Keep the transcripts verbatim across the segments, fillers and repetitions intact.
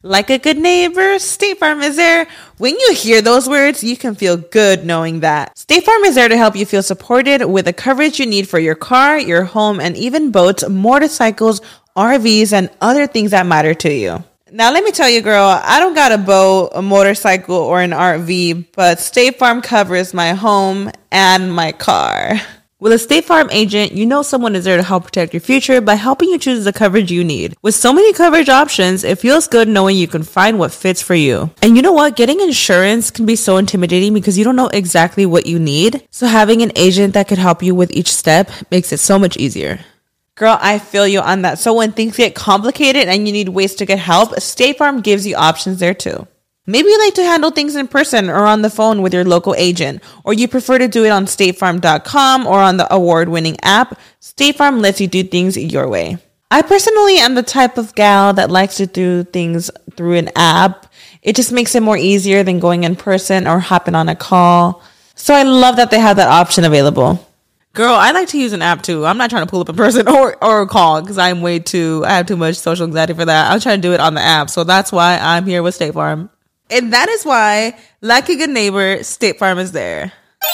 Like a good neighbor, State Farm is there. When you hear those words, you can feel good knowing that. State Farm is there to help you feel supported with the coverage you need for your car, your home, and even boats, motorcycles, R Vs, and other things that matter to you. Now, let me tell you, girl, I don't got a boat, a motorcycle, or an R V, but State Farm covers my home and my car. With a State Farm agent, you know someone is there to help protect your future by helping you choose the coverage you need. With so many coverage options, it feels good knowing you can find what fits for you. And you know what? Getting insurance can be so intimidating because you don't know exactly what you need. So having an agent that could help you with each step makes it so much easier. Girl, I feel you on that. So when things get complicated and you need ways to get help, State Farm gives you options there too. Maybe you like to handle things in person or on the phone with your local agent, or you prefer to do it on state farm dot com or on the award-winning app. State Farm lets you do things your way. I personally am the type of gal that likes to do things through an app. It just makes it more easier than going in person or hopping on a call. So I love that they have that option available. Girl, I like to use an app too. I'm not trying to pull up in person or, or call because I'm way too, I have too much social anxiety for that. I'm trying to do it on the app. So that's why I'm here with State Farm. And that is why, like a good neighbor, State Farm is there.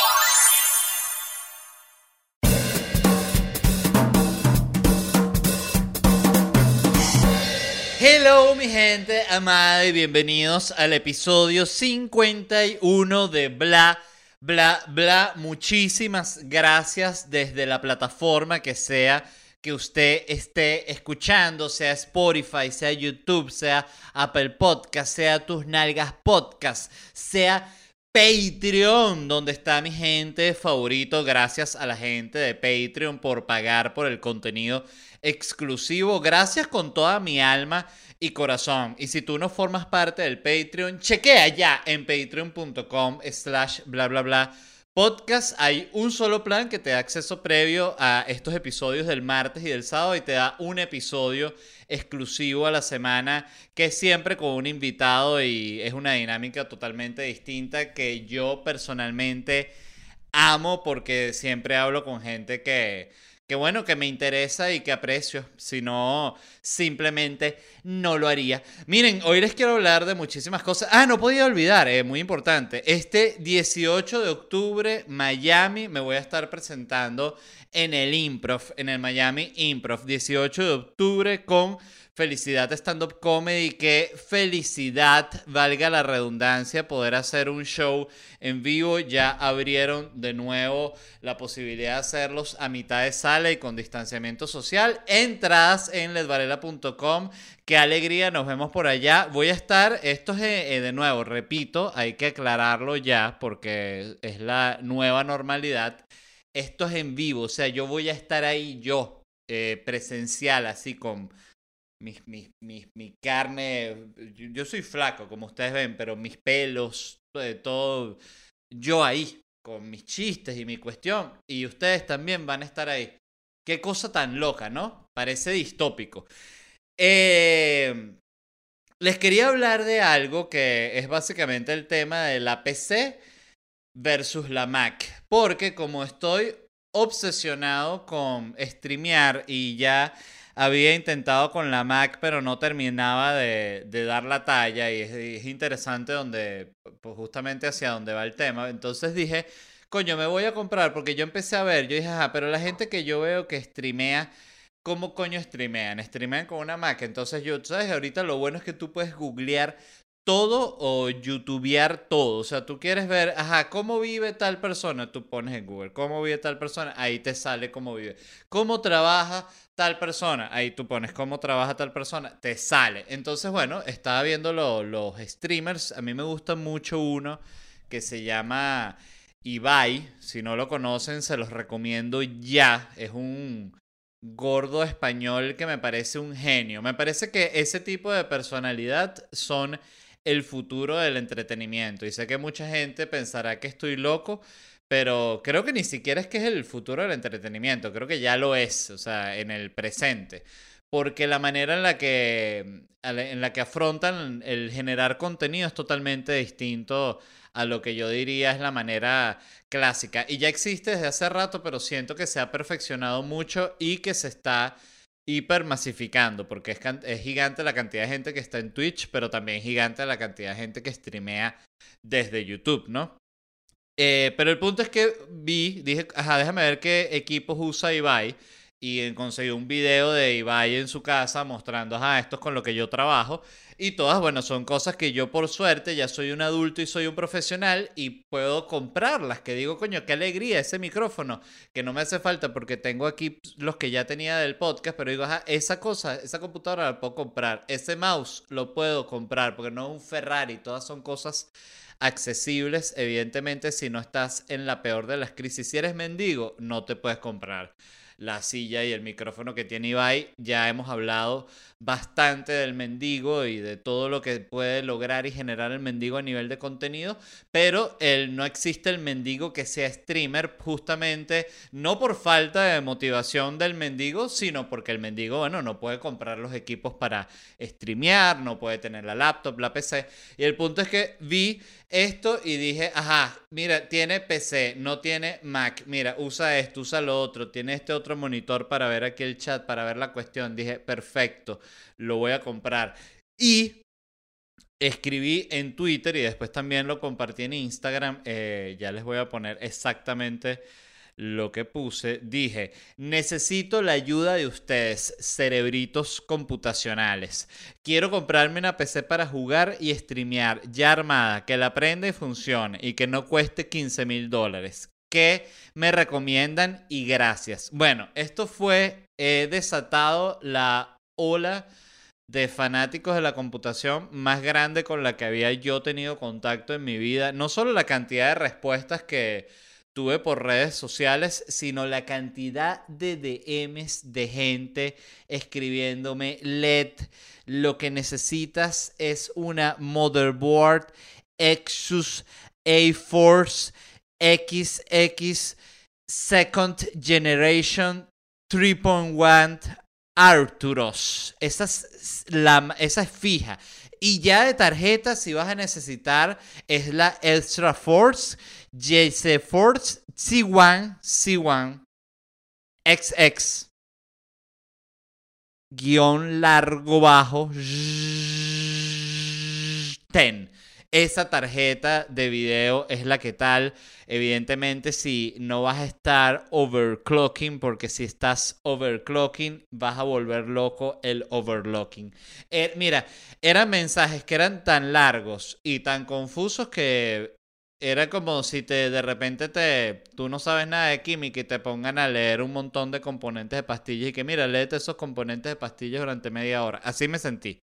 Hello mi gente amada y bienvenidos al episodio cincuenta y uno de Bla Bla Bla. Muchísimas gracias desde la plataforma que sea que usted esté escuchando, sea Spotify, sea YouTube, sea Apple Podcast, sea Tus Nalgas Podcast, sea Patreon, donde está mi gente favorito. Gracias a la gente de Patreon por pagar por el contenido exclusivo. Gracias con toda mi alma y corazón. Y si tú no formas parte del Patreon, chequea ya en patreon punto com slash bla bla bla podcast. Hay un solo plan que te da acceso previo a estos episodios del martes y del sábado y te da un episodio exclusivo a la semana, que es siempre con un invitado, y es una dinámica totalmente distinta que yo personalmente amo, porque siempre hablo con gente que, que bueno, que me interesa y que aprecio. Si no, simplemente no lo haría. Miren, hoy les quiero hablar de muchísimas cosas. Ah, no podía olvidar, eh, muy importante. Este dieciocho de octubre, Miami, me voy a estar presentando en el Improv, en el Miami Improv. dieciocho de octubre con Felicidad Stand Up Comedy. Qué felicidad, valga la redundancia, poder hacer un show en vivo. Ya abrieron de nuevo la posibilidad de hacerlos a mitad de sala y con distanciamiento social. Entradas en ledvarela punto com. Qué alegría, nos vemos por allá. Voy a estar, esto es eh, de nuevo, repito, hay que aclararlo ya porque es la nueva normalidad. Esto es en vivo, o sea, yo voy a estar ahí yo, eh, presencial, así con mis, mis, mis, mi carne. Yo, yo soy flaco, como ustedes ven, pero mis pelos, eh, todo, yo ahí, con mis chistes y mi cuestión. Y ustedes también van a estar ahí. Qué cosa tan loca, ¿no? Parece distópico. Eh, les quería hablar de algo que es básicamente el tema de la P C versus la Mac, porque como estoy obsesionado con streamear y ya había intentado con la Mac pero no terminaba de, de dar la talla, y es, es interesante donde, pues justamente hacia dónde va el tema. Entonces dije, coño, me voy a comprar, porque yo empecé a ver, yo dije, ajá, pero la gente que yo veo que streamea, ¿cómo coño streamean? Streamean con una Mac. Entonces yo, ¿sabes? Ahorita lo bueno es que tú puedes googlear todo o youtubear todo. O sea, tú quieres ver, ajá, ¿cómo vive tal persona? Tú pones en Google, ¿cómo vive tal persona? Ahí te sale cómo vive. ¿Cómo trabaja tal persona? Ahí tú pones, ¿cómo trabaja tal persona? Te sale. Entonces, bueno, estaba viendo lo, los streamers. A mí me gusta mucho uno que se llama Ibai. Si no lo conocen, se los recomiendo ya. Es un gordo español que me parece un genio. Me parece que ese tipo de personalidad son el futuro del entretenimiento. Y sé que mucha gente pensará que estoy loco, pero creo que ni siquiera es que es el futuro del entretenimiento. Creo que ya lo es, o sea, en el presente. Porque la manera en la que, en la que afrontan el generar contenido es totalmente distinto a lo que yo diría es la manera clásica. Y ya existe desde hace rato, pero siento que se ha perfeccionado mucho y que se está hiper masificando, porque es, es gigante la cantidad de gente que está en Twitch, pero también es gigante la cantidad de gente que streamea desde YouTube, ¿no? Eh, pero el punto es que vi, dije, ajá, déjame ver qué equipos usa Ibai. Y conseguí un video de Ibai en su casa mostrando, ajá, esto es con lo que yo trabajo. Y todas, bueno, son cosas que yo por suerte ya soy un adulto y soy un profesional y puedo comprarlas. Que digo, coño, qué alegría ese micrófono, que no me hace falta porque tengo aquí los que ya tenía del podcast, pero digo, ajá, esa cosa, esa computadora la puedo comprar. Ese mouse lo puedo comprar porque no es un Ferrari, todas son cosas accesibles, evidentemente, si no estás en la peor de las crisis. Si eres mendigo, no te puedes comprar la silla y el micrófono que tiene Ibai. Ya hemos hablado bastante del mendigo y de todo lo que puede lograr y generar el mendigo a nivel de contenido, pero el, no existe el mendigo que sea streamer, justamente no por falta de motivación del mendigo, sino porque el mendigo, bueno, no puede comprar los equipos para streamear, no puede tener la laptop, la P C, y el punto es que vi esto y dije, ajá, mira, tiene P C, no tiene Mac, mira, usa esto, usa lo otro, tiene este otro monitor para ver aquí el chat, para ver la cuestión. Dije, perfecto, lo voy a comprar. Y escribí en Twitter y después también lo compartí en Instagram, eh, ya les voy a poner exactamente lo que puse. Dije, necesito la ayuda de ustedes, cerebritos computacionales. Quiero comprarme una P C para jugar y streamear, ya armada, que la prenda y funcione y que no cueste quince mil dólares. ¿Qué me recomiendan? Y gracias. Bueno, esto fue, he eh, desatado la ola de fanáticos de la computación más grande con la que había yo tenido contacto en mi vida. No solo la cantidad de respuestas que tuve por redes sociales, sino la cantidad de D Ms de gente escribiéndome, L E D, lo que necesitas es una motherboard Exus A-Force X X Second Generation tres punto uno Arturos. Esa es, la, esa es fija. Y ya de tarjeta, si vas a necesitar, es la Extra Force GeForce C uno C uno X X guión largo bajo diez. Esa tarjeta de video es la que tal. Evidentemente, si no vas a estar overclocking, porque si estás overclocking, vas a volver loco el overclocking. Eh, mira, eran mensajes que eran tan largos y tan confusos que era como si te de repente te tú no sabes nada de química y te pongan a leer un montón de componentes de pastillas y que mira, léete esos componentes de pastillas durante media hora. Así me sentí.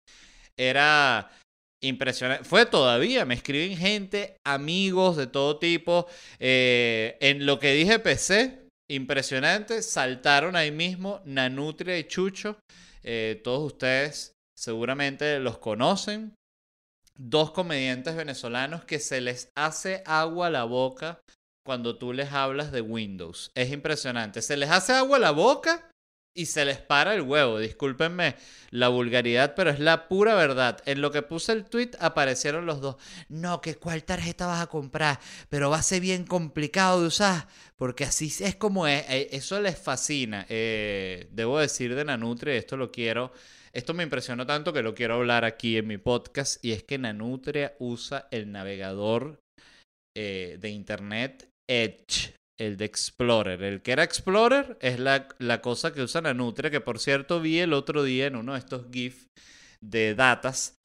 Era impresionante. Fue todavía, me escriben gente, amigos de todo tipo. Eh, en lo que dije P C, impresionante. Saltaron ahí mismo Nanutria y Chucho. Eh, todos ustedes seguramente los conocen. Dos comediantes venezolanos que se les hace agua a la boca cuando tú les hablas de Windows. Es impresionante. Se les hace agua a la boca y se les para el huevo. Discúlpenme la vulgaridad, pero es la pura verdad. En lo que puse el tweet aparecieron los dos. No, que cuál tarjeta vas a comprar, pero va a ser bien complicado de usar, porque así es como es. Eso les fascina. Eh, debo decir de Nanutria, esto lo quiero... Esto me impresionó tanto que lo quiero hablar aquí en mi podcast, y es que Nanutria usa el navegador eh, de internet Edge, el de Explorer. El que era Explorer es la, la cosa que usa Nanutria, que por cierto vi el otro día en uno de estos GIF de datas,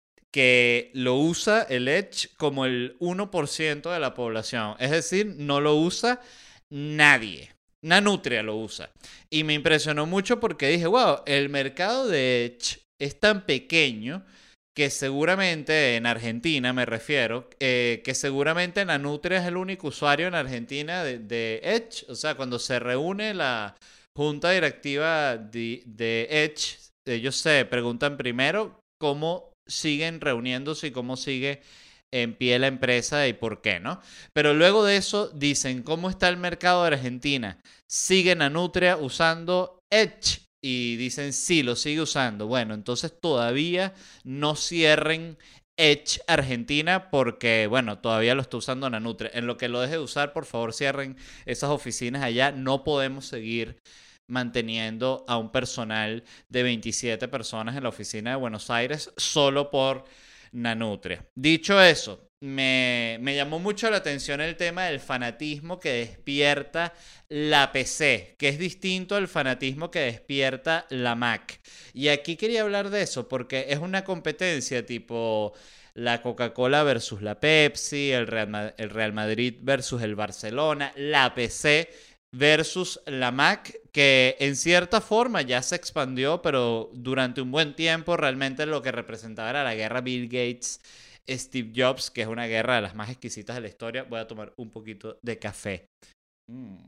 que lo usa el Edge como el uno por ciento de la población. Es decir, no lo usa nadie. Nanutria lo usa. Y me impresionó mucho porque dije, wow, el mercado de Edge es tan pequeño que seguramente en Argentina, me refiero, eh, que seguramente Nanutria es el único usuario en Argentina de, de Edge. O sea, cuando se reúne la junta directiva de, de Edge, ellos se preguntan primero cómo siguen reuniéndose y cómo sigue en pie la empresa y por qué, ¿no? Pero luego de eso dicen, ¿cómo está el mercado de Argentina? ¿Sigue Nanutria usando Edge? Y dicen, sí, lo sigue usando. Bueno, entonces todavía no cierren Edge Argentina porque, bueno, todavía lo está usando Nanutria. En lo que lo deje de usar, por favor, cierren esas oficinas allá. No podemos seguir manteniendo a un personal de veintisiete personas en la oficina de Buenos Aires solo por Nanutria. Dicho eso, me, me llamó mucho la atención el tema del fanatismo que despierta la P C, que es distinto al fanatismo que despierta la Mac. Y aquí quería hablar de eso porque es una competencia tipo la Coca-Cola versus la Pepsi, el Real, el Real Madrid versus el Barcelona, la P C versus la Mac, que en cierta forma ya se expandió, pero durante un buen tiempo realmente lo que representaba era la guerra Bill Gates, Steve Jobs, que es una guerra de las más exquisitas de la historia. Voy a tomar un poquito de café. Mm.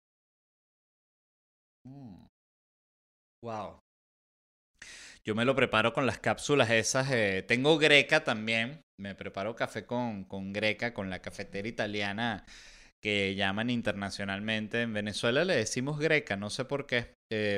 Mm. Wow. Yo me lo preparo con las cápsulas esas. Eh, tengo Greca también. Me preparo café con, con Greca, con la cafetera italiana que llaman internacionalmente. En Venezuela le decimos Greca, no sé por qué. Eh,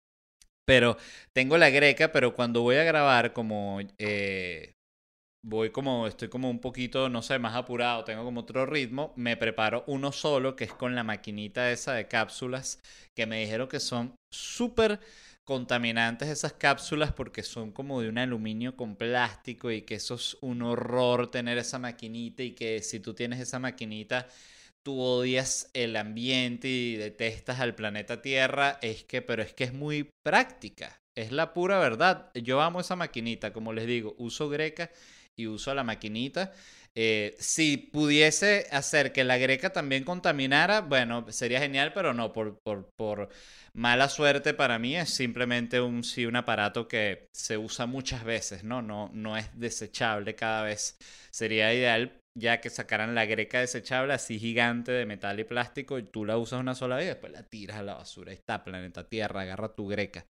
pero tengo la Greca, pero cuando voy a grabar, como eh, voy como, estoy como un poquito, no sé, más apurado, tengo como otro ritmo, me preparo uno solo, que es con la maquinita esa de cápsulas, que me dijeron que son súper contaminantes esas cápsulas porque son como de un aluminio con plástico y que eso es un horror tener esa maquinita y que si tú tienes esa maquinita tú odias el ambiente y detestas al planeta Tierra, es que, pero es que es muy práctica, es la pura verdad. Yo amo esa maquinita, como les digo, uso Greca y uso la maquinita. Eh, si pudiese hacer que la Greca también contaminara, bueno, sería genial, pero no, por, por, por mala suerte para mí es simplemente un, sí, un aparato que se usa muchas veces, ¿no? No, no es desechable cada vez. Sería ideal ya que sacaran la Greca desechable así gigante de metal y plástico y tú la usas una sola vez y después la tiras a la basura. Ahí está, planeta Tierra, agarra tu Greca.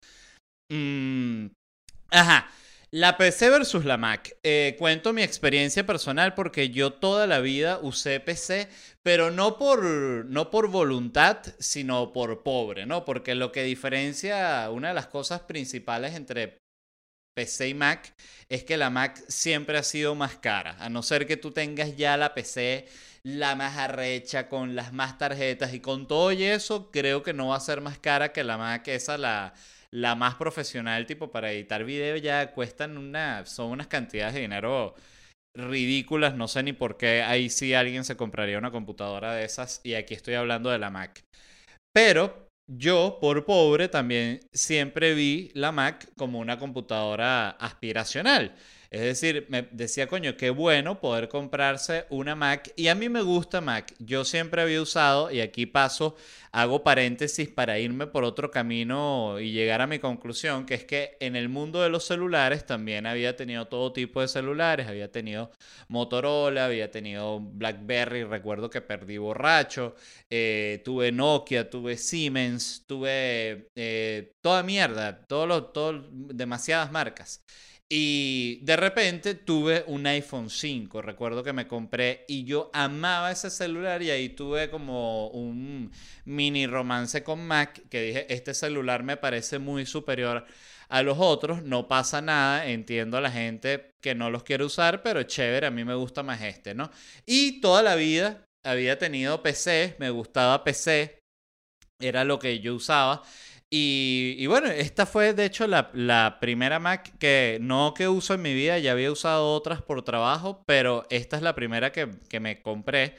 Mm, ajá. La P C versus la Mac. Eh, cuento mi experiencia personal porque yo toda la vida usé P C, pero no por, no por voluntad, sino por pobre, ¿no? Porque lo que diferencia, una de las cosas principales entre P C y Mac es que la Mac siempre ha sido más cara, a no ser que tú tengas ya la P C la más arrecha con las más tarjetas y con todo y eso creo que no va a ser más cara que la Mac, esa la, la más profesional, tipo para editar video ya cuestan una, son unas cantidades de dinero ridículas, no sé ni por qué ahí sí alguien se compraría una computadora de esas y aquí estoy hablando de la Mac. Pero yo, por pobre, también siempre vi la Mac como una computadora aspiracional. Es decir, me decía, coño, qué bueno poder comprarse una Mac. Y a mí me gusta Mac. Yo siempre había usado, y aquí paso, hago paréntesis para irme por otro camino y llegar a mi conclusión, que es que en el mundo de los celulares también había tenido todo tipo de celulares. Había tenido Motorola, había tenido BlackBerry, recuerdo que perdí borracho. Eh, tuve Nokia, tuve Siemens, tuve eh, toda mierda, todo lo, todo, demasiadas marcas. Y de repente tuve un iPhone cinco, recuerdo que me compré y yo amaba ese celular y ahí tuve como un mini romance con Mac que dije, este celular me parece muy superior a los otros, no pasa nada, entiendo a la gente que no los quiere usar, pero chévere, a mí me gusta más este, ¿no? Y toda la vida había tenido P C, me gustaba P C, era lo que yo usaba. Y, y bueno, esta fue de hecho la, la primera Mac que no que uso en mi vida, ya había usado otras por trabajo, pero esta es la primera que, que me compré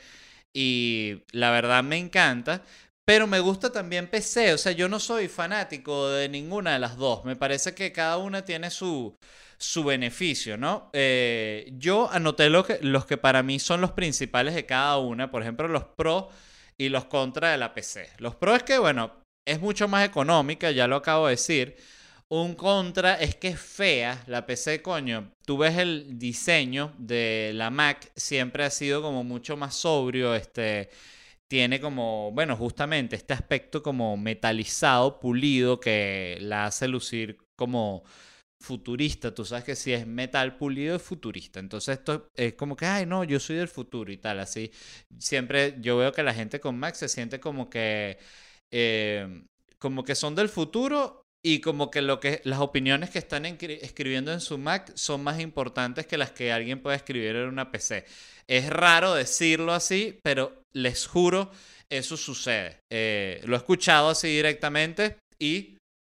y la verdad me encanta. Pero me gusta también P C, o sea, yo no soy fanático de ninguna de las dos, me parece que cada una tiene su, su beneficio, ¿no? Eh, yo anoté lo que, los que para mí son los principales de cada una, por ejemplo, los pros y los contras de la P C. Los pros es que, bueno, es mucho más económica, ya lo acabo de decir. Un contra es que es fea la P C, coño. Tú ves el diseño de la Mac, siempre ha sido como mucho más sobrio, este... Tiene como, bueno, justamente este aspecto como metalizado, pulido, que la hace lucir como futurista. Tú sabes que si es metal pulido es futurista. Entonces esto es como que, ay, no, yo soy del futuro y tal. Así, siempre yo veo que la gente con Mac se siente como que, eh, como que son del futuro y como que, lo que las opiniones que están escribiendo en su Mac son más importantes que las que alguien puede escribir en una P C. Es raro decirlo así, pero les juro, eso sucede. Eh, lo he escuchado así directamente y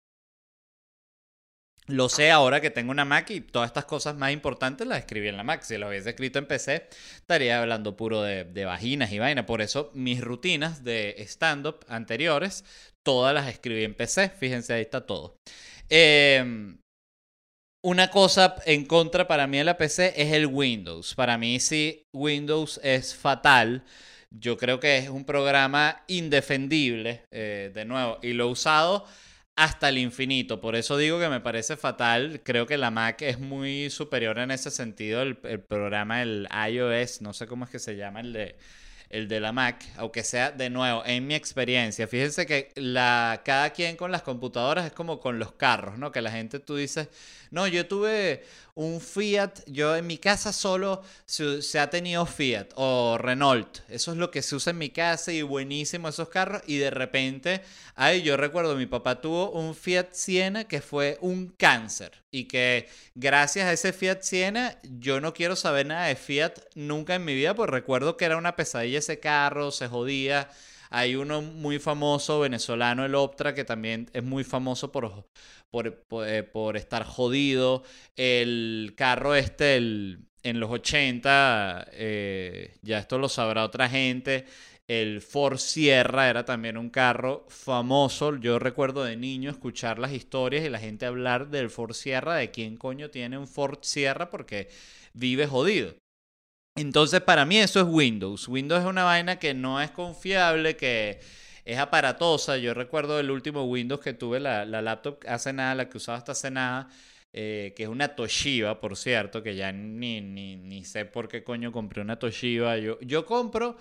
lo sé ahora que tengo una Mac y todas estas cosas más importantes las escribí en la Mac. Si las hubiese escrito en P C, estaría hablando puro de, de vaginas y vaina. Por eso mis rutinas de stand-up anteriores, todas las escribí en P C. Fíjense, ahí está todo. Eh, una cosa en contra para mí de la P C es el Windows. Para mí sí, Windows es fatal. Yo creo que es un programa indefendible, eh, de nuevo, y lo he usado hasta el infinito. Por eso digo que me parece fatal. Creo que la Mac es muy superior en ese sentido. El, el programa, el iOS, no sé cómo es que se llama, el de, el de la Mac, aunque sea, de nuevo, en mi experiencia. Fíjense que la, cada quien con las computadoras es como con los carros, ¿no? Que la gente, tú dices, no, yo tuve un Fiat, yo en mi casa solo se, se ha tenido Fiat o Renault. Eso es lo que se usa en mi casa y buenísimo esos carros. Y de repente, ay, yo recuerdo, mi papá tuvo un Fiat Siena que fue un cáncer. Y que gracias a ese Fiat Siena, yo no quiero saber nada de Fiat nunca en mi vida, pues recuerdo que era una pesadilla ese carro, se jodía. Hay uno muy famoso venezolano, el Optra, que también es muy famoso por, por, por, eh, por estar jodido. El carro este, el, en los ochenta, eh, ya esto lo sabrá otra gente, el Ford Sierra era también un carro famoso. Yo recuerdo de niño escuchar las historias y la gente hablar del Ford Sierra, de quién coño tiene un Ford Sierra porque vive jodido. Entonces, para mí eso es Windows. Windows es una vaina que no es confiable, que es aparatosa. Yo recuerdo el último Windows que tuve, la, la laptop hace nada, la que usaba hasta hace nada, eh, que es una Toshiba, por cierto, que ya ni, ni, ni sé por qué coño compré una Toshiba. Yo, yo compro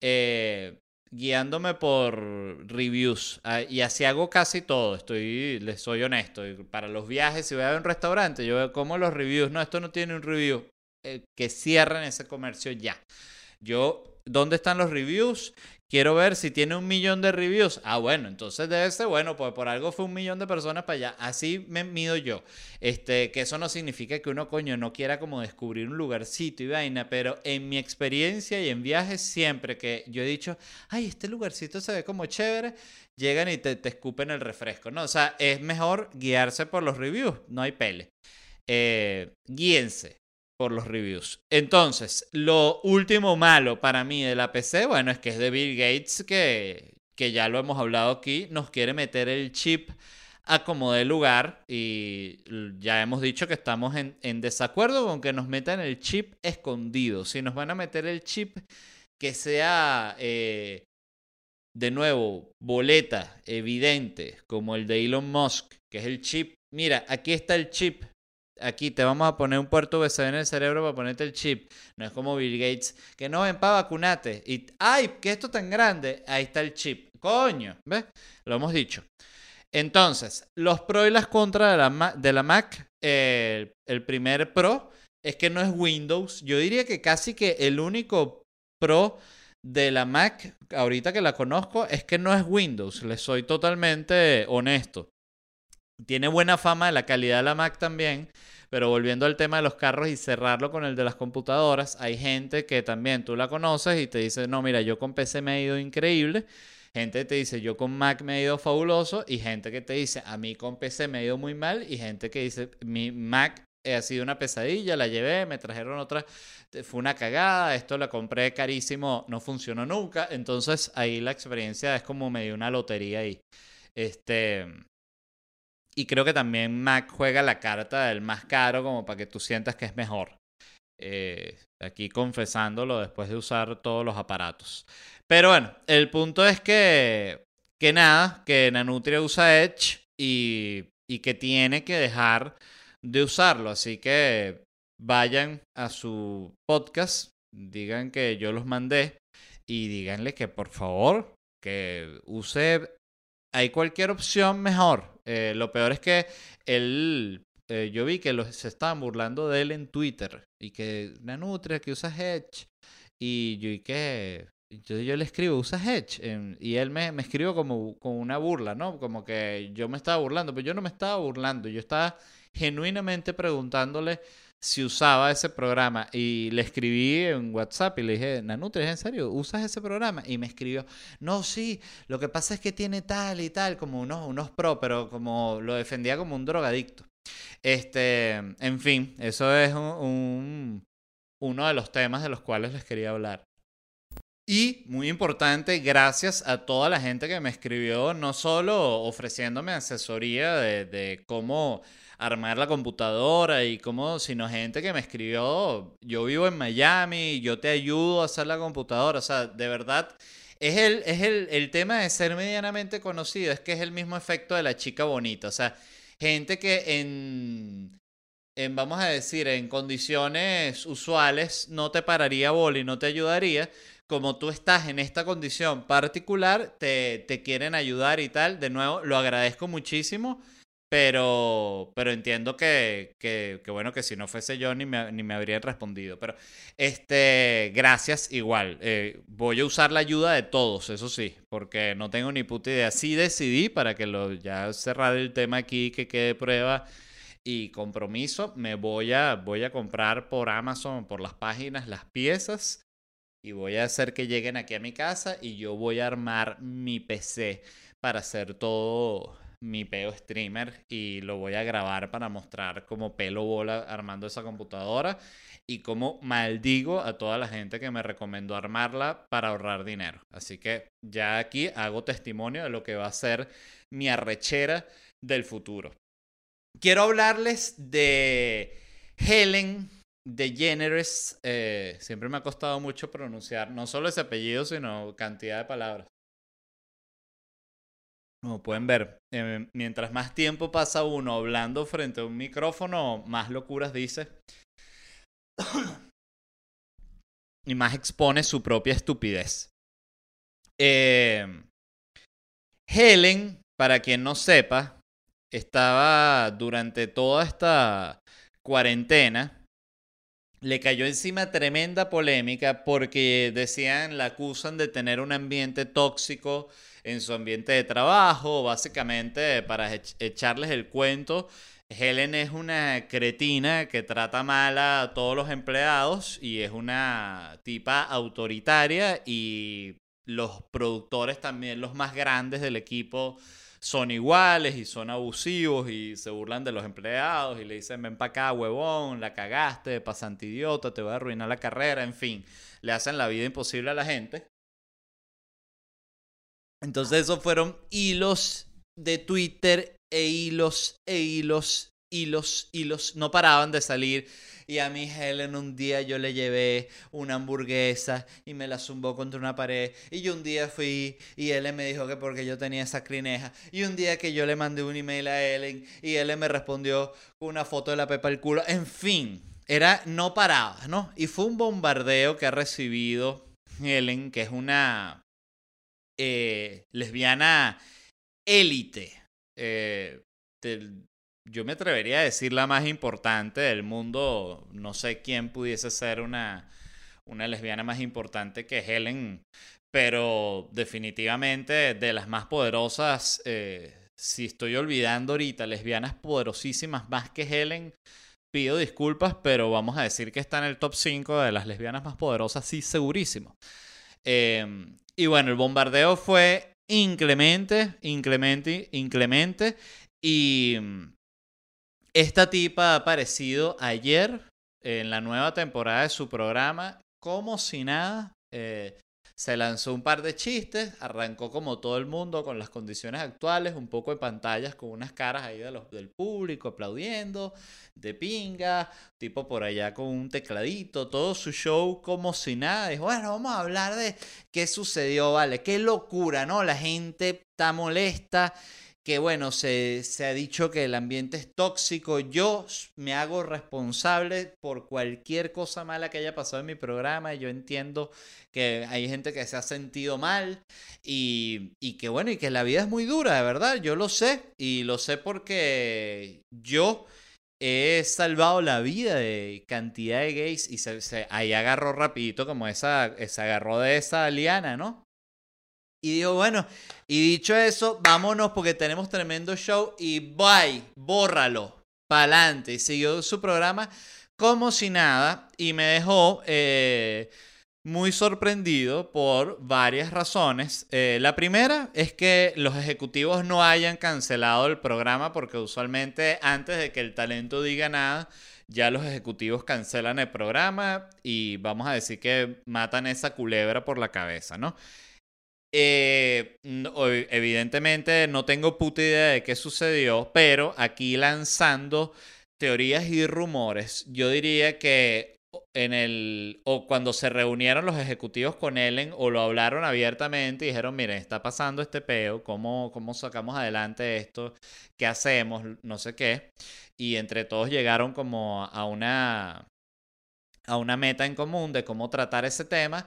eh, guiándome por reviews, ah, y así hago casi todo, estoy, les soy honesto. Para los viajes, si voy a ver un restaurante, yo veo como los reviews, no, esto no tiene un review. Eh, que cierren ese comercio ya. Yo, ¿dónde están los reviews? Quiero ver si tiene un millón de reviews. Ah, bueno, entonces debe ser bueno, pues por algo fue un millón de personas para allá. Así me mido yo. Este, que eso no significa que uno, coño, no quiera como descubrir un lugarcito y vaina, pero en mi experiencia y en viajes, siempre que yo he dicho, ay, este lugarcito se ve como chévere, llegan y te, te escupen el refresco, ¿no? O sea, es mejor guiarse por los reviews, no hay pele. Eh, guíense por los reviews. Entonces, lo último malo para mí de la P C, bueno, es que es de Bill Gates, que, que ya lo hemos hablado aquí, nos quiere meter el chip a como de lugar, y ya hemos dicho que estamos en, en desacuerdo con que nos metan el chip escondido. Si nos van a meter el chip que sea, eh, de nuevo, boleta, evidente, como el de Elon Musk, que es el chip, mira, aquí está el chip, aquí te vamos a poner un puerto U S B en el cerebro para ponerte el chip. No es como Bill Gates, que no, ven pa' vacunate. Y, ay, ¿qué esto tan grande? Ahí está el chip. Coño, ¿ves? Lo hemos dicho. Entonces, los pros y las contras de la, de la Mac. Eh, el primer pro es que no es Windows. Yo diría que casi que el único pro de la Mac, ahorita que la conozco, es que no es Windows. Les soy totalmente honesto. Tiene buena fama de la calidad de la Mac también, pero volviendo al tema de los carros y cerrarlo con el de las computadoras, hay gente que también tú la conoces y te dice, no, mira, yo con P C me he ido increíble. Gente que te dice, yo con Mac me he ido fabuloso. Y gente que te dice, a mí con P C me he ido muy mal. Y gente que dice, mi Mac ha sido una pesadilla, la llevé, me trajeron otra, fue una cagada, esto la compré carísimo, no funcionó nunca. Entonces ahí la experiencia es como medio una lotería ahí. Este... Y creo que también Mac juega la carta del más caro como para que tú sientas que es mejor. Eh, aquí confesándolo después de usar todos los aparatos. Pero bueno, el punto es que, que nada, que Nanutria usa Edge y, y que tiene que dejar de usarlo. Así que vayan a su podcast, digan que yo los mandé y díganle que por favor que use... Hay cualquier opción mejor. Eh, lo peor es que él, eh, yo vi que los, se estaban burlando de él en Twitter. Y que, Nanutria, que usas Edge. Y yo, ¿y qué? Yo, yo le escribo, ¿usas Edge? Eh, y él me, me escribió como con una burla, ¿no? Como que yo me estaba burlando. Pero yo no me estaba burlando. Yo estaba genuinamente preguntándole si usaba ese programa. Y le escribí en WhatsApp y le dije, Nanutria, ¿es en serio? ¿Usas ese programa? Y me escribió, no, sí, lo que pasa es que tiene tal y tal, como unos, unos pro, pero como lo defendía como un drogadicto. Este, en fin, eso es un, un, uno de los temas de los cuales les quería hablar. Y, muy importante, gracias a toda la gente que me escribió, no solo ofreciéndome asesoría de, de cómo armar la computadora y cómo, sino gente que me escribió, yo vivo en Miami, yo te ayudo a hacer la computadora. O sea, de verdad, es el, es el, el tema de ser medianamente conocido, es que es el mismo efecto de la chica bonita. O sea, gente que en en, vamos a decir, en condiciones usuales no te pararía bola y no te ayudaría, como tú estás en esta condición particular, te, te quieren ayudar y tal. De nuevo, lo agradezco muchísimo, pero, pero entiendo que, que, que, bueno, que si no fuese yo ni me, ni me habrían respondido. Pero, este, gracias igual. Eh, voy a usar la ayuda de todos, eso sí, porque no tengo ni puta idea. Sí decidí, para que lo, ya cerrar el tema aquí, que quede prueba y compromiso, me voy a, voy a comprar por Amazon, por las páginas, las piezas y voy a hacer que lleguen aquí a mi casa y yo voy a armar mi P C para hacer todo mi peo streamer y lo voy a grabar para mostrar como pelo bola armando esa computadora y como maldigo a toda la gente que me recomendó armarla para ahorrar dinero. Así que ya aquí hago testimonio de lo que va a ser mi arrechera del futuro. Quiero hablarles de Helen DeGeneres. Eh, siempre me ha costado mucho pronunciar no solo ese apellido, sino cantidad de palabras. Como pueden ver, eh, mientras más tiempo pasa uno hablando frente a un micrófono, más locuras dice. Y más expone su propia estupidez. Eh, Helen, para quien no sepa, estaba durante toda esta cuarentena, le cayó encima tremenda polémica porque decían, la acusan de tener un ambiente tóxico en su ambiente de trabajo. Básicamente, para echarles el cuento, Helen es una cretina que trata mal a todos los empleados y es una tipa autoritaria, y los productores también, los más grandes del equipo, son iguales y son abusivos y se burlan de los empleados y le dicen, ven para acá, huevón, la cagaste, pasante idiota, te voy a arruinar la carrera, en fin, le hacen la vida imposible a la gente. Entonces esos fueron hilos de Twitter e hilos e hilos, hilos, hilos, no paraban de salir. Y a mi Helen un día yo le llevé una hamburguesa y me la zumbó contra una pared. Y yo un día fui y Helen me dijo que porque yo tenía esa crineja. Y un día que yo le mandé un email a Helen y Helen me respondió con una foto de la pepa al culo. En fin, era, no paraba, ¿no? Y fue un bombardeo que ha recibido Helen, que es una eh, lesbiana élite. Eh, del... Yo me atrevería a decir la más importante del mundo. No sé quién pudiese ser una, una lesbiana más importante que Helen, pero definitivamente de las más poderosas. Eh, si estoy olvidando ahorita lesbianas poderosísimas más que Helen, pido disculpas, pero vamos a decir que está en el top cinco de las lesbianas más poderosas, sí, segurísimo. Eh, y bueno, el bombardeo fue inclemente, inclemente, inclemente, y esta tipa ha aparecido ayer en la nueva temporada de su programa como si nada. Eh, se lanzó un par de chistes, arrancó como todo el mundo con las condiciones actuales, un poco de pantallas con unas caras ahí de los, del público aplaudiendo, de pinga, tipo por allá con un tecladito, todo su show como si nada. Dijo, bueno, vamos a hablar de qué sucedió, vale, qué locura, ¿no? La gente está molesta. Que bueno, se, se ha dicho que el ambiente es tóxico. Yo me hago responsable por cualquier cosa mala que haya pasado en mi programa. Yo entiendo que hay gente que se ha sentido mal y, y que bueno, y que la vida es muy dura, de verdad. Yo lo sé, y lo sé porque yo he salvado la vida de cantidad de gays y se, se, ahí agarró rapidito como esa, se agarró de esa liana, ¿no? Y digo, bueno, y dicho eso, vámonos porque tenemos tremendo show y bye, bórralo, pa'lante. Y siguió su programa como si nada y me dejó eh, muy sorprendido por varias razones. Eh, la primera es que los ejecutivos no hayan cancelado el programa porque usualmente antes de que el talento diga nada, ya los ejecutivos cancelan el programa y vamos a decir que matan esa culebra por la cabeza, ¿no? Eh, no, evidentemente no tengo puta idea de qué sucedió, pero aquí lanzando teorías y rumores, yo diría que en el o cuando se reunieron los ejecutivos con Ellen o lo hablaron abiertamente y dijeron, miren, está pasando este peo, ¿cómo, cómo sacamos adelante esto? ¿Qué hacemos? No sé qué. Y entre todos llegaron como a una a una meta en común de cómo tratar ese tema,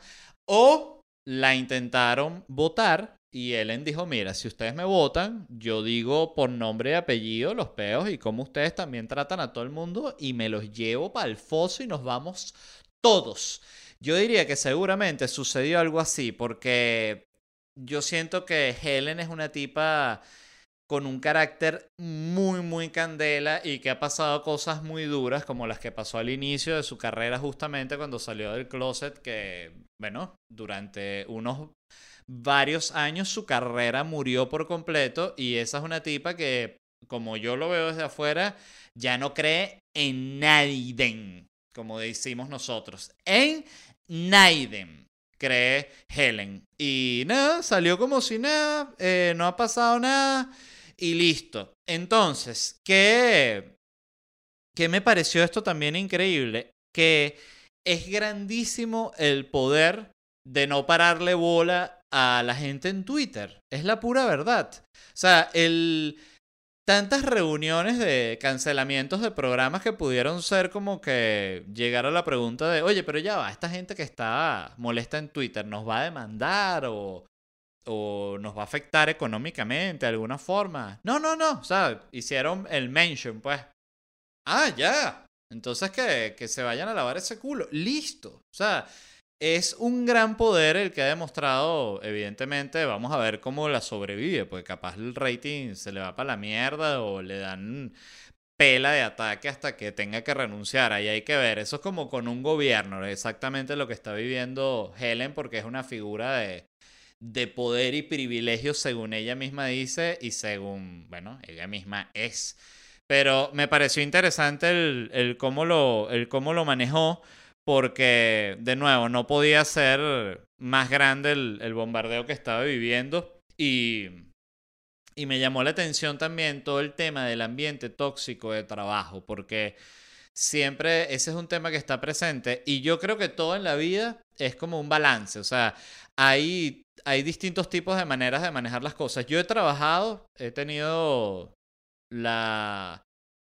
o la intentaron votar y Ellen dijo, mira, si ustedes me votan, yo digo por nombre y apellido los peos y cómo ustedes también tratan a todo el mundo y me los llevo para el foso y nos vamos todos. Yo diría que seguramente sucedió algo así porque yo siento que Helen es una tipa con un carácter muy, muy candela y que ha pasado cosas muy duras, como las que pasó al inicio de su carrera justamente cuando salió del closet, que, bueno, durante unos varios años su carrera murió por completo y esa es una tipa que, como yo lo veo desde afuera, ya no cree en nadie, como decimos nosotros, en nadie cree Helen. Y nada, salió como si nada, eh, no ha pasado nada y listo. Entonces, ¿qué, ¿qué me pareció esto también increíble? Que es grandísimo el poder de no pararle bola a la gente en Twitter. Es la pura verdad. O sea, el... tantas reuniones de cancelamientos de programas que pudieron ser como que llegar a la pregunta de, oye, pero ya va, esta gente que está molesta en Twitter, ¿nos va a demandar o, o nos va a afectar económicamente de alguna forma? No, no, no, o sea, hicieron el mention, pues. Ah, ya. Entonces que, que se vayan a lavar ese culo. Listo. O sea, es un gran poder el que ha demostrado, evidentemente, vamos a ver cómo la sobrevive, porque capaz el rating se le va para la mierda o le dan pela de ataque hasta que tenga que renunciar. Ahí hay que ver. Eso es como con un gobierno, exactamente lo que está viviendo Helen, porque es una figura de, de poder y privilegio, según ella misma dice y según, bueno, ella misma es. Pero me pareció interesante el, el, cómo, lo, el cómo lo manejó, porque, de nuevo, no podía ser más grande el, el bombardeo que estaba viviendo. Y, y me llamó la atención también todo el tema del ambiente tóxico de trabajo, porque siempre ese es un tema que está presente. Y yo creo que todo en la vida es como un balance. O sea, hay, hay distintos tipos de maneras de manejar las cosas. Yo he trabajado, he tenido la,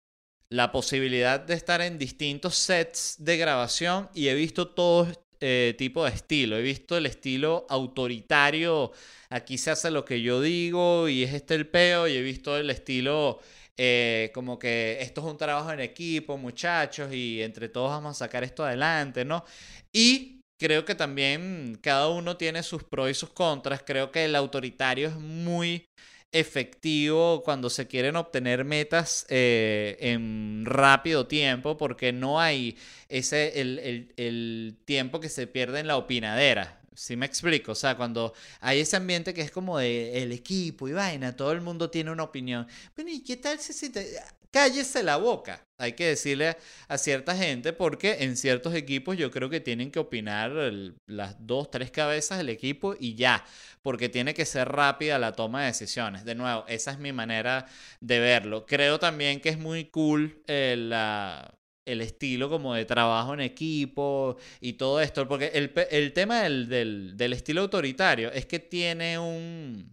la posibilidad de estar en distintos sets de grabación y he visto todo eh, tipo de estilo. He visto el estilo autoritario, aquí se hace lo que yo digo y es este el peo, y he visto el estilo eh, como que esto es un trabajo en equipo, muchachos, y entre todos vamos a sacar esto adelante, ¿no? Y creo que también cada uno tiene sus pros y sus contras. Creo que el autoritario es muy efectivo cuando se quieren obtener metas eh, en rápido tiempo, porque no hay ese el, el, el tiempo que se pierde en la opinadera. ¿Sí me explico? O sea, cuando hay ese ambiente que es como de el equipo y vaina, todo el mundo tiene una opinión. Bueno, ¿y qué tal si, si te... cállese la boca? Hay que decirle a cierta gente, porque en ciertos equipos yo creo que tienen que opinar el, las dos, tres cabezas del equipo y ya, porque tiene que ser rápida la toma de decisiones. De nuevo, esa es mi manera de verlo. Creo también que es muy cool eh, la, el estilo como de trabajo en equipo y todo esto, porque el, el tema del, del, del estilo autoritario es que tiene un,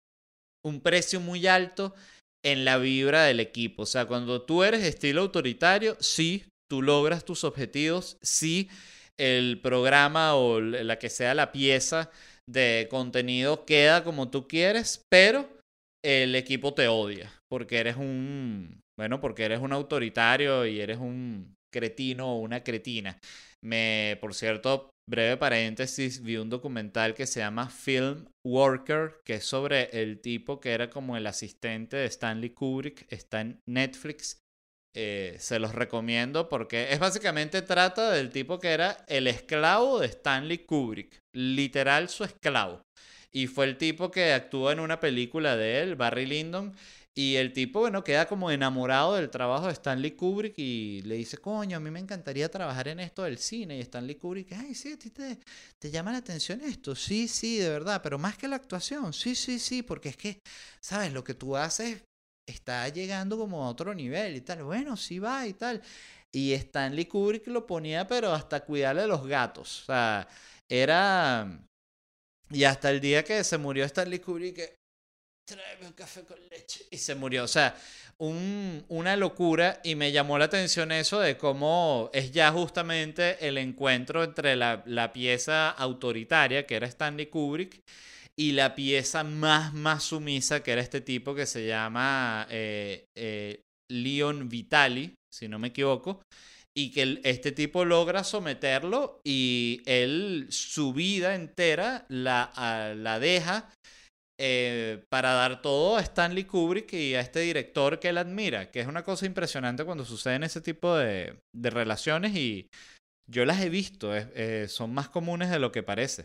un precio muy alto en la vibra del equipo. O sea, cuando tú eres estilo autoritario, sí, tú logras tus objetivos, sí, el programa o la que sea la pieza de contenido queda como tú quieres, pero el equipo te odia porque eres un, bueno, porque eres un autoritario y eres un cretino o una cretina. Me, por cierto, breve paréntesis, vi un documental que se llama Film Worker, que es sobre el tipo que era como el asistente de Stanley Kubrick, está en Netflix. Eh, se los recomiendo porque es básicamente trata del tipo que era el esclavo de Stanley Kubrick, literal su esclavo. Y fue el tipo que actuó en una película de él, Barry Lyndon. Y el tipo, bueno, queda como enamorado del trabajo de Stanley Kubrick y le dice, coño, a mí me encantaría trabajar en esto del cine. Y Stanley Kubrick, ay, sí, a ti te, te llama la atención esto. Sí, sí, de verdad, pero más que la actuación. Sí, sí, sí, porque es que, ¿sabes? Lo que tú haces está llegando como a otro nivel y tal. Bueno, sí va y tal. Y Stanley Kubrick lo ponía, pero hasta cuidarle los gatos. O sea, era... Y hasta el día que se murió Stanley Kubrick, tráeme un café con leche. Y se murió. O sea, un, una locura. Y me llamó la atención eso de cómo es ya justamente el encuentro entre la, la pieza autoritaria, que era Stanley Kubrick, y la pieza más, más sumisa, que era este tipo que se llama eh, eh, Leon Vitali, si no me equivoco. Y que el, este tipo logra someterlo y él su vida entera la, a, la deja eh, para dar todo a Stanley Kubrick y a este director que él admira, que es una cosa impresionante cuando suceden ese tipo de, de relaciones y yo las he visto, eh, eh, son más comunes de lo que parece.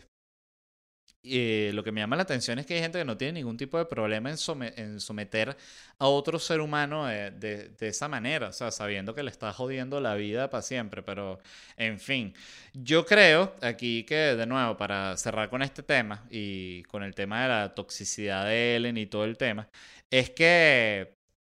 Y lo que me llama la atención es que hay gente que no tiene ningún tipo de problema en, some- en someter a otro ser humano de, de- de esa manera, o sea, sabiendo que le está jodiendo la vida para siempre, pero en fin, yo creo aquí que de nuevo, para cerrar con este tema y con el tema de la toxicidad de Ellen y todo el tema, es que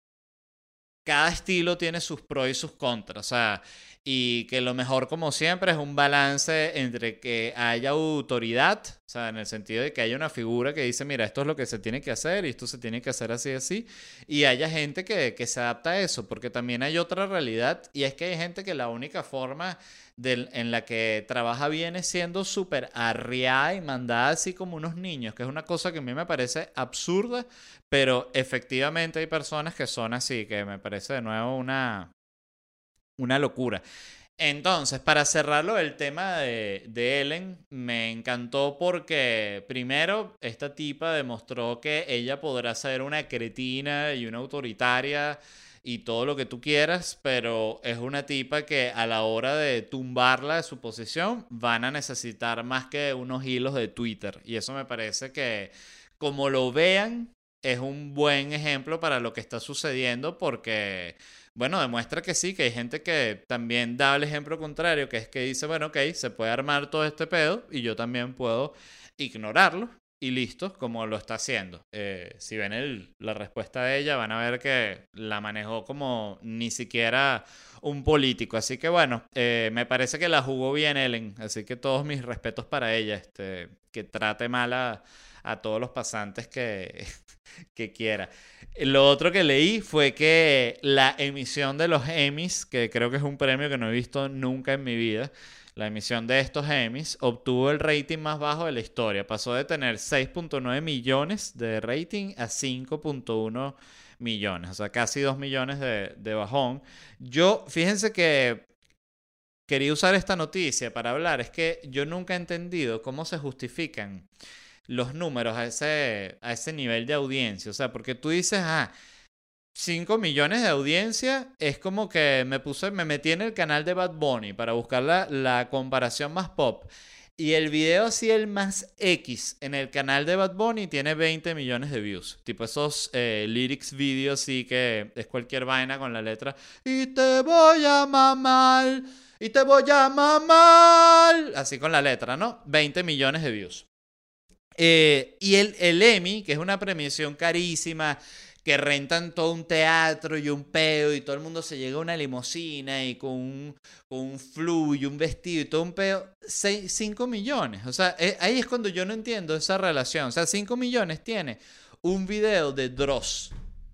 cada estilo tiene sus pros y sus contras, o sea, y que lo mejor, como siempre, es un balance entre que haya autoridad, o sea, en el sentido de que haya una figura que dice, mira, esto es lo que se tiene que hacer y esto se tiene que hacer así, así, y haya gente que, que se adapta a eso, porque también hay otra realidad, y es que hay gente que la única forma del- en la que trabaja viene siendo súper arriada y mandada así como unos niños, que es una cosa que a mí me parece absurda, pero efectivamente hay personas que son así, que me parece de nuevo una, una locura. Entonces, para cerrarlo, el tema de, de Ellen me encantó porque, primero, esta tipa demostró que ella podrá ser una cretina y una autoritaria y todo lo que tú quieras, pero es una tipa que a la hora de tumbarla de su posición van a necesitar más que unos hilos de Twitter. Y eso me parece que, como lo vean, es un buen ejemplo para lo que está sucediendo porque bueno, demuestra que sí, que hay gente que también da el ejemplo contrario, que es que dice, bueno, ok, se puede armar todo este pedo y yo también puedo ignorarlo y listo, como lo está haciendo. Eh, si ven el, la respuesta de ella, van a ver que la manejó como ni siquiera un político. Así que bueno, eh, me parece que la jugó bien Ellen, así que todos mis respetos para ella, este, que trate mal a, a todos los pasantes que, que quiera. Lo otro que leí fue que la emisión de los Emmys, que creo que es un premio que no he visto nunca en mi vida, la emisión de estos Emmys obtuvo el rating más bajo de la historia. Pasó de tener seis punto nueve millones de rating a cinco punto uno millones, o sea, casi dos millones de, de bajón. Yo, fíjense que quería usar esta noticia para hablar, es que yo nunca he entendido cómo se justifican los números a ese, a ese nivel de audiencia. O sea, porque tú dices, ah, cinco millones de audiencia, es como que me puse, me metí en el canal de Bad Bunny para buscar la, la comparación más pop. Y el video así, el más X, en el canal de Bad Bunny tiene veinte millones de views. Tipo esos eh, lyrics videos, sí que es cualquier vaina con la letra. Y te voy a mamar, y te voy a mamar. Así con la letra, ¿no? veinte millones de views. Eh, y el, el Emmy, que es una premiación carísima, que rentan todo un teatro y un peo, y todo el mundo se llega a una limusina y con un, con un flu y un vestido y todo un peo, cinco millones. O sea, eh, ahí es cuando yo no entiendo esa relación. O sea, cinco millones tiene un video de Dross.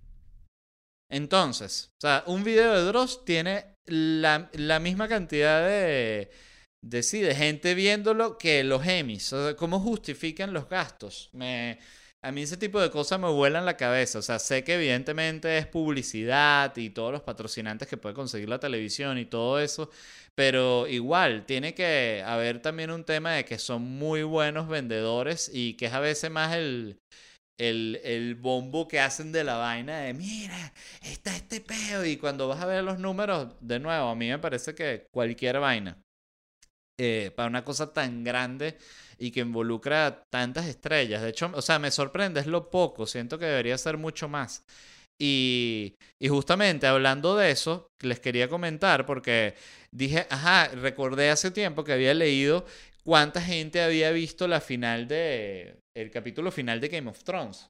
Entonces, o sea, un video de Dross tiene la, la misma cantidad de, de, sí, de gente viéndolo que los Emmys. O sea, ¿cómo justifican los gastos? Me, a mí ese tipo de cosas me vuelan la cabeza. O sea, sé que evidentemente es publicidad y todos los patrocinantes que puede conseguir la televisión y todo eso. Pero igual, tiene que haber también un tema de que son muy buenos vendedores y que es a veces más el el, el bombo que hacen de la vaina de, mira, está este peo. Y cuando vas a ver los números, de nuevo, a mí me parece que cualquier vaina, eh, para una cosa tan grande y que involucra tantas estrellas. De hecho, o sea, me sorprende, es lo poco. Siento que debería ser mucho más. Y, y justamente hablando de eso, les quería comentar porque dije, ajá, recordé hace tiempo que había leído cuánta gente había visto la final de, el capítulo final de Game of Thrones.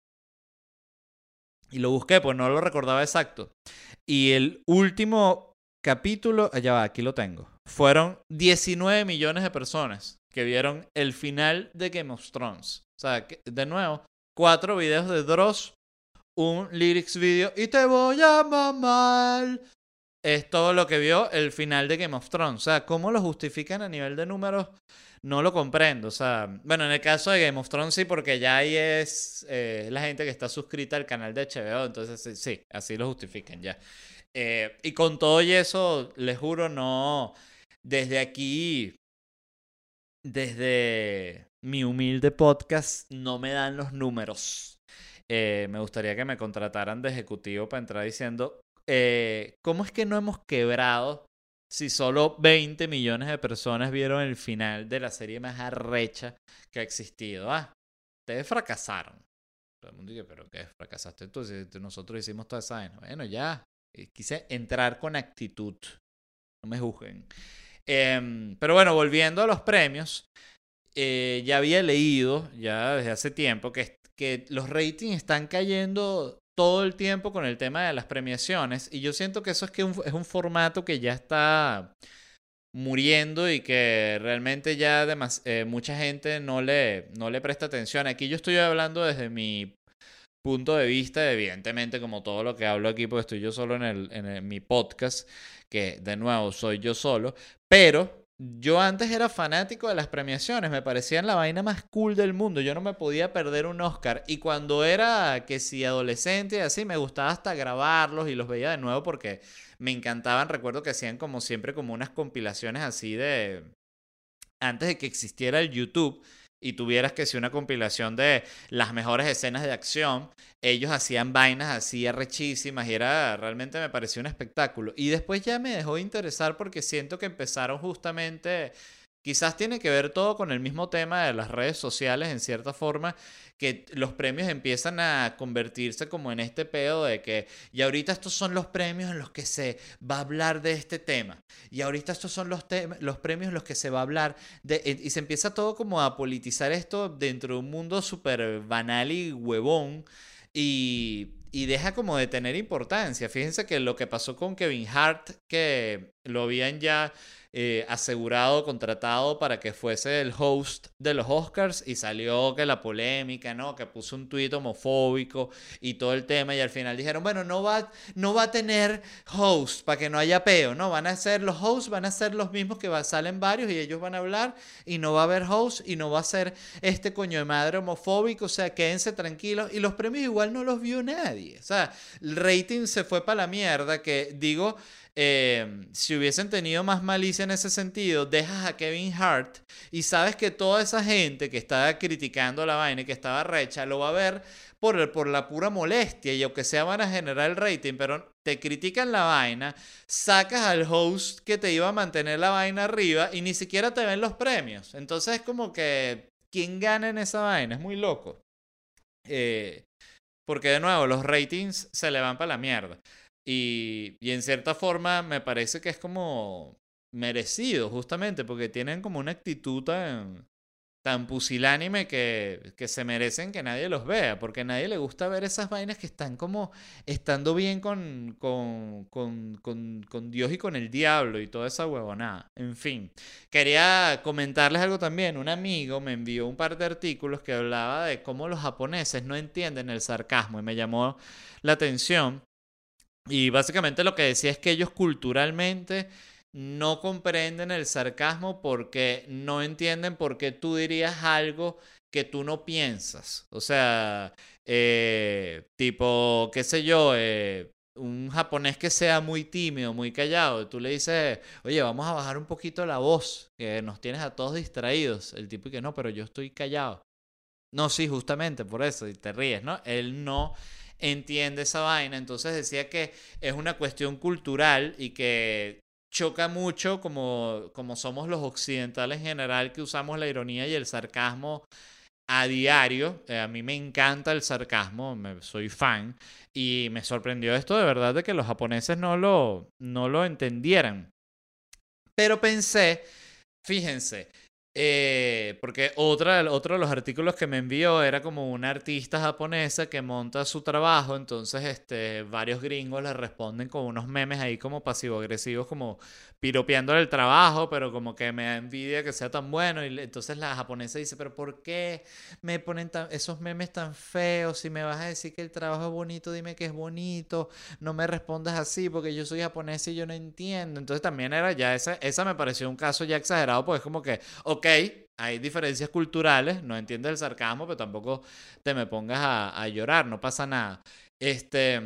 Y lo busqué, pues no lo recordaba exacto. Y el último capítulo, allá va, aquí lo tengo. Fueron diecinueve millones de personas que vieron el final de Game of Thrones. O sea, que, de nuevo, cuatro videos de Dross, un lyrics video y te voy a mamar. Es todo lo que vio el final de Game of Thrones. O sea, ¿cómo lo justifican a nivel de números? No lo comprendo. O sea, bueno, en el caso de Game of Thrones sí, porque ya ahí es eh, la gente que está suscrita al canal de H B O. Entonces sí, sí así lo justifican ya. Eh, y con todo y eso, les juro, no. Desde aquí, desde mi humilde podcast, no me dan los números. Eh, me gustaría que me contrataran de ejecutivo para entrar diciendo, eh, ¿cómo es que no hemos quebrado si solo veinte millones de personas vieron el final de la serie más arrecha que ha existido? Ah, ustedes fracasaron. Todo el mundo dice, ¿pero qué? ¿Fracasaste tú? Si nosotros hicimos toda esa vaina. Bueno, ya. Quise entrar con actitud. No me juzguen. Eh, pero bueno, volviendo a los premios, eh, ya había leído, ya desde hace tiempo, que, que los ratings están cayendo todo el tiempo con el tema de las premiaciones. Y yo siento que eso es que un, es un formato que ya está muriendo y que realmente ya demas, eh, mucha gente no le, no le presta atención. Aquí yo estoy hablando desde mi punto de vista, evidentemente, como todo lo que hablo aquí, porque estoy yo solo en, el, en el, mi podcast, que de nuevo soy yo solo, pero yo antes era fanático de las premiaciones, me parecían la vaina más cool del mundo, yo no me podía perder un Oscar, y cuando era que si adolescente y así, me gustaba hasta grabarlos y los veía de nuevo porque me encantaban. Recuerdo que hacían como siempre como unas compilaciones así de, antes de que existiera el YouTube y tuvieras que ser una compilación de las mejores escenas de acción, ellos hacían vainas así arrechísimas y era, realmente me pareció un espectáculo. Y después ya me dejó de interesar porque siento que empezaron justamente, quizás tiene que ver todo con el mismo tema de las redes sociales en cierta forma, que los premios empiezan a convertirse como en este pedo de que, y ahorita estos son los premios en los que se va a hablar de este tema, y ahorita estos son los, los premios en los que se va a hablar de, y se empieza todo como a politizar esto dentro de un mundo súper banal y huevón, y, y deja como de tener importancia. Fíjense que lo que pasó con Kevin Hart, que lo habían ya eh, asegurado, contratado para que fuese el host de los Oscars, y salió que la polémica, ¿no? Que puso un tuit homofóbico y todo el tema, y al final dijeron, bueno, no va, no va a tener host para que no haya peo, ¿no? Van a ser los hosts, van a ser los mismos que va, salen varios y ellos van a hablar y no va a haber host y no va a ser este coño de madre homofóbico, o sea, quédense tranquilos. Y los premios igual no los vio nadie, o sea, el rating se fue para la mierda, que digo, Eh, si hubiesen tenido más malicia en ese sentido, dejas a Kevin Hart y sabes que toda esa gente que estaba criticando la vaina y que estaba recha lo va a ver por, el, por la pura molestia, y aunque sea van a generar el rating, pero te critican la vaina, sacas al host que te iba a mantener la vaina arriba y ni siquiera te ven los premios. Entonces es como que, ¿quién gana en esa vaina? Es muy loco. Eh, porque de nuevo, los ratings se le van para la mierda. Y, y en cierta forma me parece que es como merecido, justamente, porque tienen como una actitud tan, tan pusilánime que, que se merecen que nadie los vea, porque a nadie le gusta ver esas vainas que están como estando bien con, con, con, con, con Dios y con el diablo y toda esa huevonada. En fin, quería comentarles algo también. Un amigo me envió un par de artículos que hablaba de cómo los japoneses no entienden el sarcasmo, y me llamó la atención. Y básicamente lo que decía es que ellos culturalmente no comprenden el sarcasmo porque no entienden por qué tú dirías algo que tú no piensas. O sea, eh, tipo, qué sé yo, eh, un japonés que sea muy tímido, muy callado, tú le dices, oye, vamos a bajar un poquito la voz, que nos tienes a todos distraídos. El tipo que no, pero yo estoy callado. No, sí, justamente por eso, y te ríes, ¿no? Él no entiende esa vaina, entonces decía que es una cuestión cultural y que choca mucho como, como somos los occidentales en general, que usamos la ironía y el sarcasmo a diario. Eh, a mí me encanta el sarcasmo, me, soy fan, y me sorprendió esto de verdad de que los japoneses no lo, no lo entendieran. Pero pensé, fíjense, eh, porque otra, otro de los artículos que me envió era como una artista japonesa que monta su trabajo, entonces este, varios gringos le responden con unos memes ahí como pasivo-agresivos, como piropeándole el trabajo, pero como que me da envidia que sea tan bueno, y entonces la japonesa dice, pero ¿por qué me ponen tan, esos memes tan feos? Si me vas a decir que el trabajo es bonito, dime que es bonito, no me respondas así porque yo soy japonesa y yo no entiendo. Entonces también era ya, esa, esa me pareció un caso ya exagerado, porque es como que, ok, hay diferencias culturales, no entiendes el sarcasmo, pero tampoco te me pongas a, a llorar, no pasa nada. Este,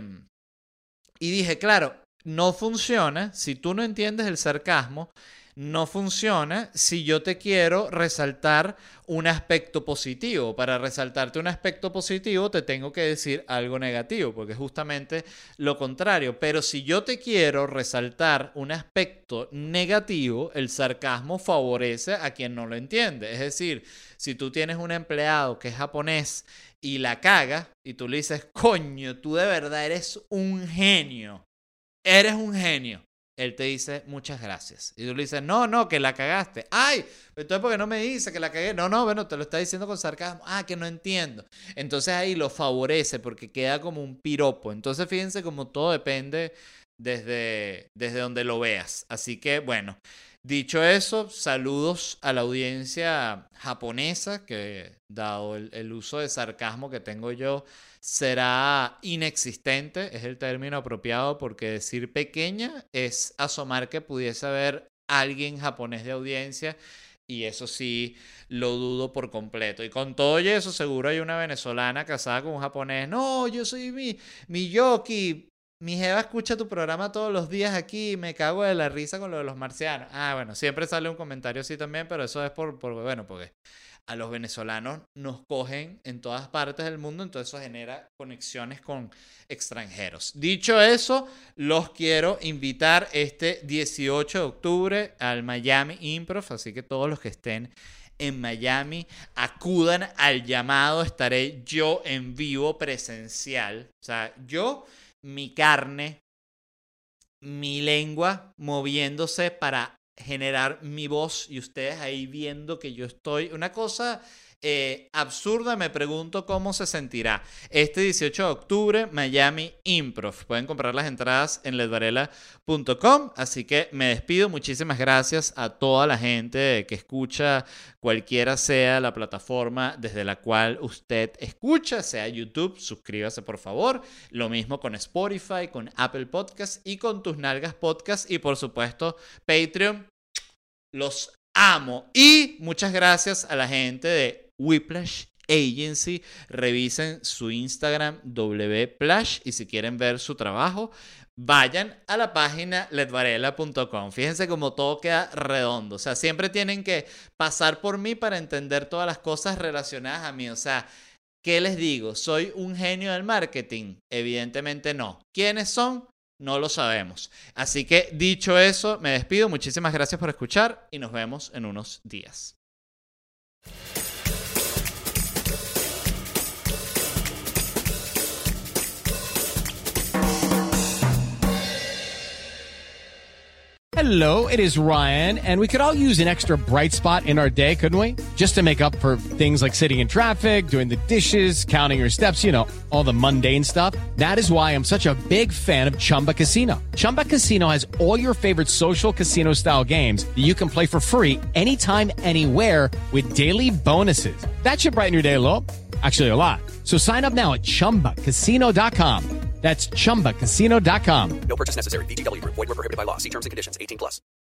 y dije, claro, no funciona si tú no entiendes el sarcasmo, no funciona si yo te quiero resaltar un aspecto positivo. Para resaltarte un aspecto positivo te tengo que decir algo negativo, porque es justamente lo contrario. Pero si yo te quiero resaltar un aspecto negativo, el sarcasmo favorece a quien no lo entiende. Es decir, si tú tienes un empleado que es japonés y la caga, y tú le dices, coño, tú de verdad eres un genio. Eres un genio. Él te dice, muchas gracias. Y tú le dices, no, no, que la cagaste. Ay, entonces ¿por qué no me dice que la cagué? No, no, bueno, te lo está diciendo con sarcasmo. Ah, que no entiendo. Entonces ahí lo favorece porque queda como un piropo. Entonces fíjense como todo depende desde, desde donde lo veas. Así que, bueno, dicho eso, saludos a la audiencia japonesa, que dado el, el uso de sarcasmo que tengo yo, será inexistente, es el término apropiado, porque decir pequeña es asomar que pudiese haber alguien japonés de audiencia, y eso sí lo dudo por completo. Y con todo y eso, seguro hay una venezolana casada con un japonés. No, yo soy mi, mi yoki. Mi jeva escucha tu programa todos los días aquí y me cago de la risa con lo de los marcianos. Ah, bueno, siempre sale un comentario así también, pero eso es por, por bueno, porque a los venezolanos nos cogen en todas partes del mundo, entonces eso genera conexiones con extranjeros. Dicho eso, los quiero invitar este dieciocho de octubre al Miami Improv, así que todos los que estén en Miami acudan al llamado. Estaré yo en vivo presencial, o sea, yo, mi carne, mi lengua moviéndose para generar mi voz y ustedes ahí viendo que yo estoy. Una cosa eh, absurda, me pregunto cómo se sentirá. Este dieciocho de octubre, Miami Improv. Pueden comprar las entradas en ledvarela punto com. Así que me despido. Muchísimas gracias a toda la gente que escucha, cualquiera sea la plataforma desde la cual usted escucha, sea YouTube, suscríbase por favor. Lo mismo con Spotify, con Apple Podcast y con Tus Nalgas Podcast, y por supuesto Patreon. Los amo. Y muchas gracias a la gente de Whiplash Agency. Revisen su Instagram wplash, y si quieren ver su trabajo, vayan a la página ledvarela punto com. Fíjense cómo todo queda redondo. O sea, siempre tienen que pasar por mí para entender todas las cosas relacionadas a mí. O sea, ¿qué les digo? ¿Soy un genio del marketing? Evidentemente no. ¿Quiénes son? No lo sabemos. Así que, dicho eso, me despido. Muchísimas gracias por escuchar y nos vemos en unos días. Hello, it is Ryan, and we could all use an extra bright spot in our day, couldn't we? Just to make up for things like sitting in traffic, doing the dishes, counting your steps, you know, all the mundane stuff. That is why I'm such a big fan of Chumba Casino. Chumba Casino has all your favorite social casino-style games that you can play for free anytime, anywhere with daily bonuses. That should brighten your day a little. Actually, a lot. So sign up now at chumba casino dot com. That's chumba casino dot com. No purchase necessary. V G W Group. Void where prohibited by law. See terms and conditions. eighteen plus.